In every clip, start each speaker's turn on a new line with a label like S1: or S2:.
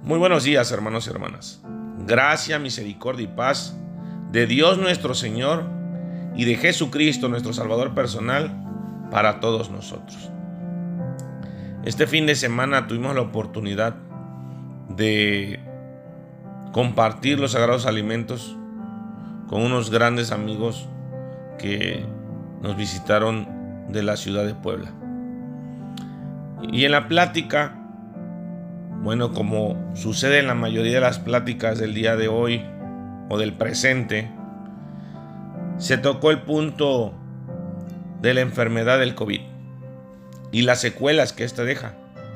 S1: Muy buenos días, hermanos y hermanas. Gracia, misericordia y paz de Dios nuestro Señor y de Jesucristo nuestro Salvador personal para todos nosotros. Este fin de semana tuvimos la oportunidad de compartir los sagrados alimentos con unos grandes amigos que nos visitaron de la ciudad de Puebla. Y en la plática, bueno, como sucede en la mayoría de las pláticas del día de hoy o del presente, se tocó el punto de la enfermedad del COVID y las secuelas que ésta deja.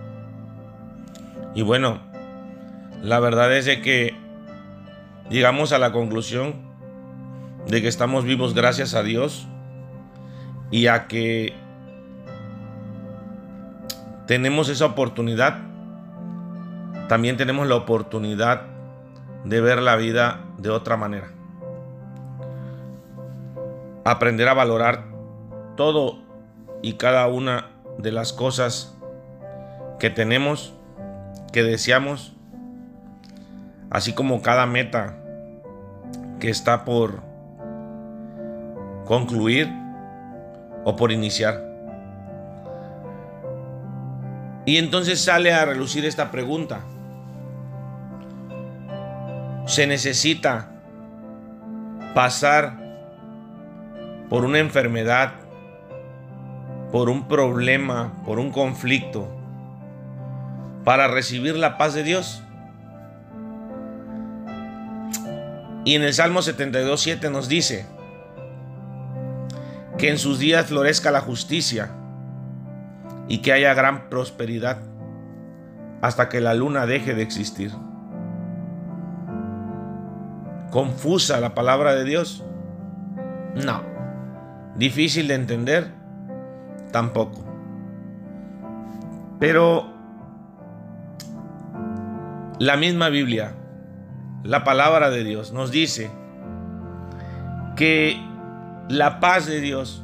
S1: Y bueno, la verdad es de que llegamos a la conclusión de que estamos vivos gracias a Dios y a que tenemos esa oportunidad. También tenemos la oportunidad de ver la vida de otra manera. Aprender a valorar todo y cada una de las cosas que tenemos, que deseamos, así como cada meta que está por concluir o por iniciar. Y entonces sale a relucir esta pregunta. ¿Se necesita pasar por una enfermedad, por un problema, por un conflicto, para recibir la paz de Dios? Y en el Salmo 72:7 nos dice que en sus días florezca la justicia y que haya gran prosperidad hasta que la luna deje de existir. ¿Confusa la palabra de Dios? No. ¿Difícil de entender? Tampoco. Pero la misma Biblia, la palabra de Dios, nos dice que la paz de Dios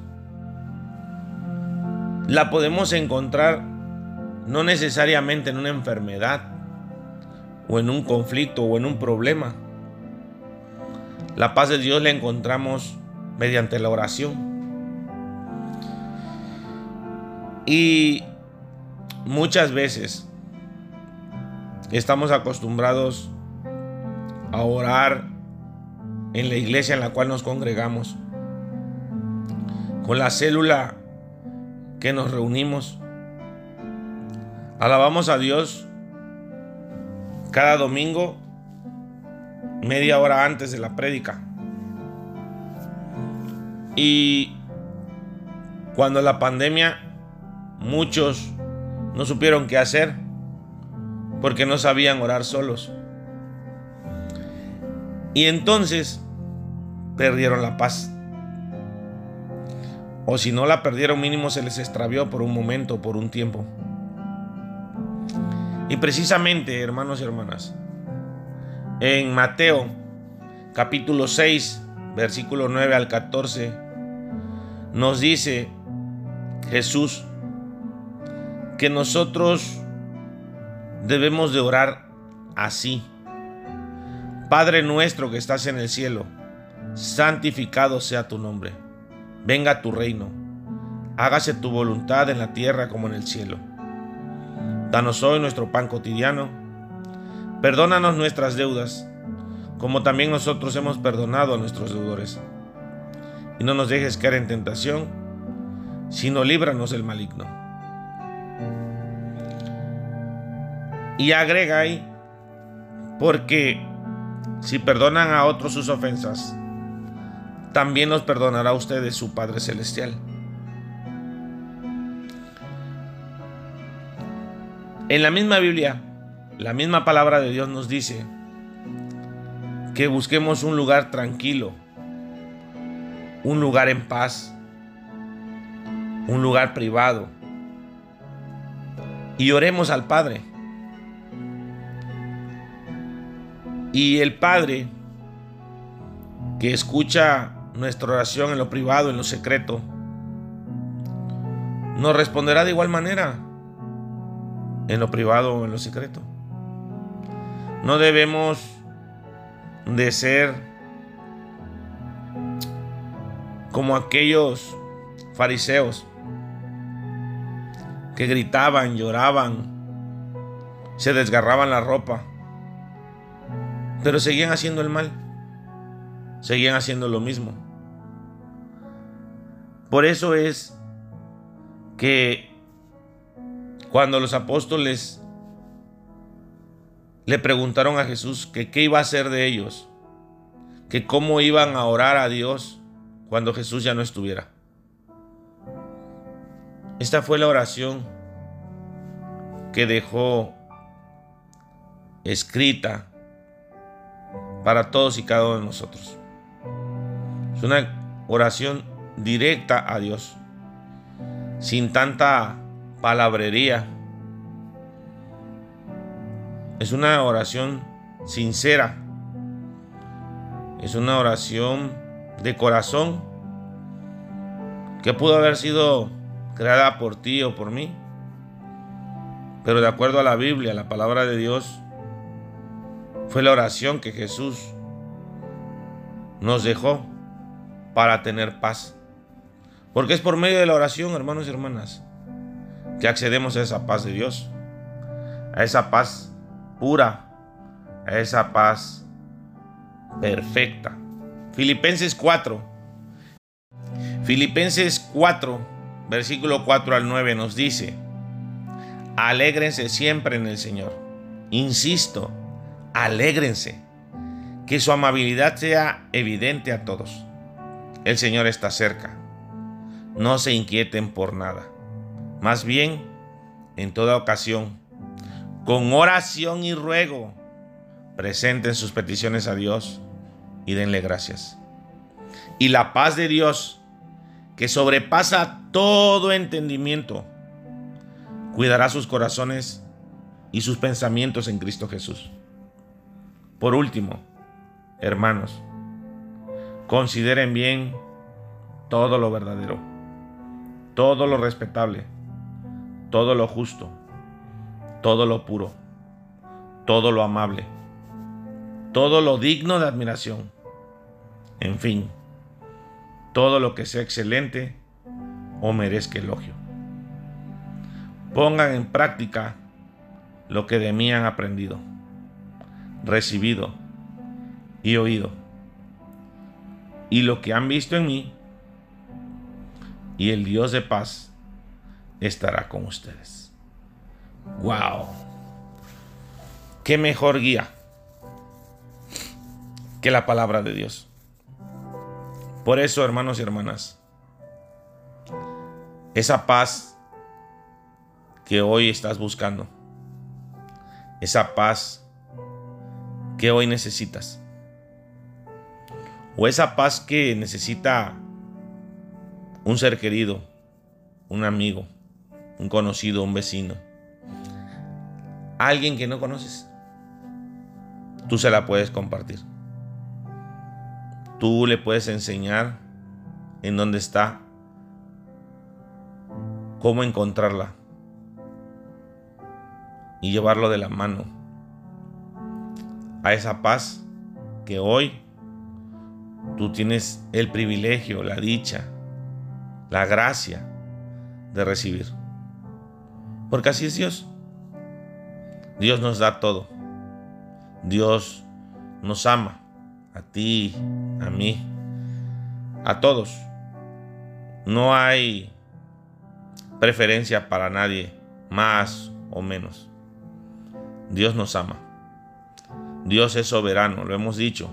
S1: la podemos encontrar no necesariamente en una enfermedad o en un conflicto o en un problema. La paz de Dios la encontramos mediante la oración. Y muchas veces estamos acostumbrados a orar en la iglesia en la cual nos congregamos, con la célula que nos reunimos. Alabamos a Dios cada domingo, media hora antes de la prédica. Y cuando la pandemia, muchos no supieron qué hacer porque no sabían orar solos. Y entonces perdieron la paz. O si no la perdieron, mínimo se les extravió por un momento, por un tiempo. Y precisamente, hermanos y hermanas, en Mateo capítulo 6, versículo 9 al 14, nos dice Jesús que nosotros debemos de orar así: Padre nuestro que estás en el cielo, santificado sea tu nombre. Venga tu reino. Hágase tu voluntad en la tierra como en el cielo. Danos hoy nuestro pan cotidiano. Perdónanos nuestras deudas, como también nosotros hemos perdonado a nuestros deudores. Y no nos dejes caer en tentación, sino líbranos del maligno. Y agrega ahí, porque si perdonan a otros sus ofensas, también los perdonará a ustedes su Padre Celestial. En la misma Biblia, la misma palabra de Dios nos dice que busquemos un lugar tranquilo, un lugar en paz, un lugar privado, y oremos al Padre. Y el Padre, que escucha nuestra oración en lo privado, en lo secreto, nos responderá de igual manera, en lo privado o en lo secreto. No debemos de ser como aquellos fariseos que gritaban, lloraban, se desgarraban la ropa, pero seguían haciendo el mal, seguían haciendo lo mismo. Por eso es que cuando los apóstoles le preguntaron a Jesús que qué iba a hacer de ellos, que cómo iban a orar a Dios cuando Jesús ya no estuviera. Esta fue la oración que dejó escrita para todos y cada uno de nosotros. Es una oración directa a Dios, sin tanta palabrería. Es una oración sincera. Es una oración de corazón que pudo haber sido creada por ti o por mí, pero de acuerdo a la Biblia, la palabra de Dios, fue la oración que Jesús nos dejó para tener paz. Porque es por medio de la oración, hermanos y hermanas, que accedemos a esa paz de Dios, a esa paz pura, a esa paz perfecta. Filipenses 4, versículo 4 al 9 nos dice: alégrense siempre en el Señor. Insisto, alégrense. Que su amabilidad sea evidente a todos. El Señor está cerca. No se inquieten por nada. Más bien, en toda ocasión, con oración y ruego, presenten sus peticiones a Dios y denle gracias. Y la paz de Dios, que sobrepasa todo entendimiento, cuidará sus corazones y sus pensamientos en Cristo Jesús. Por último, hermanos, consideren bien todo lo verdadero, todo lo respetable, todo lo justo, todo lo puro, todo lo amable, todo lo digno de admiración. En fin, todo lo que sea excelente o merezca elogio. Pongan en práctica lo que de mí han aprendido, recibido y oído, y lo que han visto en mí, y el Dios de paz estará con ustedes. ¡Wow! ¡Qué mejor guía que la palabra de Dios! Por eso, hermanos y hermanas, esa paz que hoy estás buscando, esa paz que hoy necesitas, o esa paz que necesita un ser querido, un amigo, un conocido, un vecino, alguien que no conoces, tú se la puedes compartir. Tú le puedes enseñar en dónde está, cómo encontrarla y llevarlo de la mano a esa paz que hoy tú tienes el privilegio, la dicha, la gracia de recibir. Porque así es Dios. Dios nos da todo. Dios nos ama. A ti, a mí, a todos. No hay preferencia para nadie, más o menos. Dios nos ama. Dios es soberano, lo hemos dicho.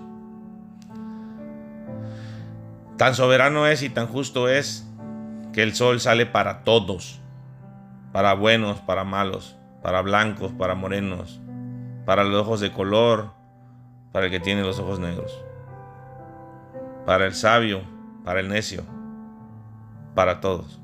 S1: Tan soberano es y tan justo es que el sol sale para todos, para buenos, para malos, para blancos, para morenos, para los ojos de color, para el que tiene los ojos negros, para el sabio, para el necio, para todos.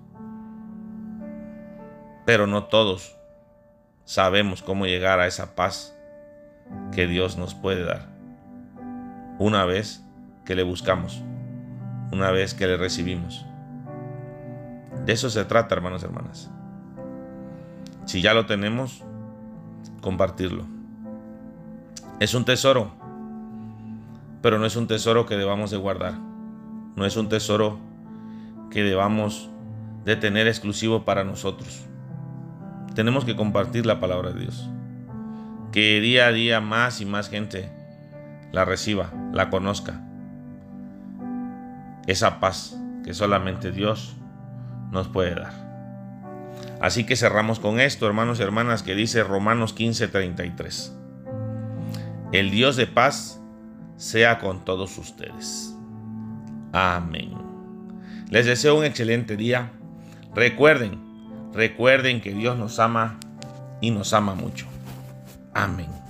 S1: Pero no todos sabemos cómo llegar a esa paz que Dios nos puede dar una vez que le buscamos, una vez que le recibimos. De eso se trata, hermanos y hermanas. Si ya lo tenemos, compartirlo. Es un tesoro, pero no es un tesoro que debamos de guardar. No es un tesoro que debamos de tener exclusivo para nosotros. Tenemos que compartir la palabra de Dios. Que día a día más y más gente la reciba, la conozca. Esa paz que solamente Dios nos puede dar. Así que cerramos con esto, hermanos y hermanas, que dice Romanos 15:33. El Dios de paz sea con todos ustedes. Amén. Les deseo un excelente día. Recuerden que Dios nos ama y nos ama mucho. Amén.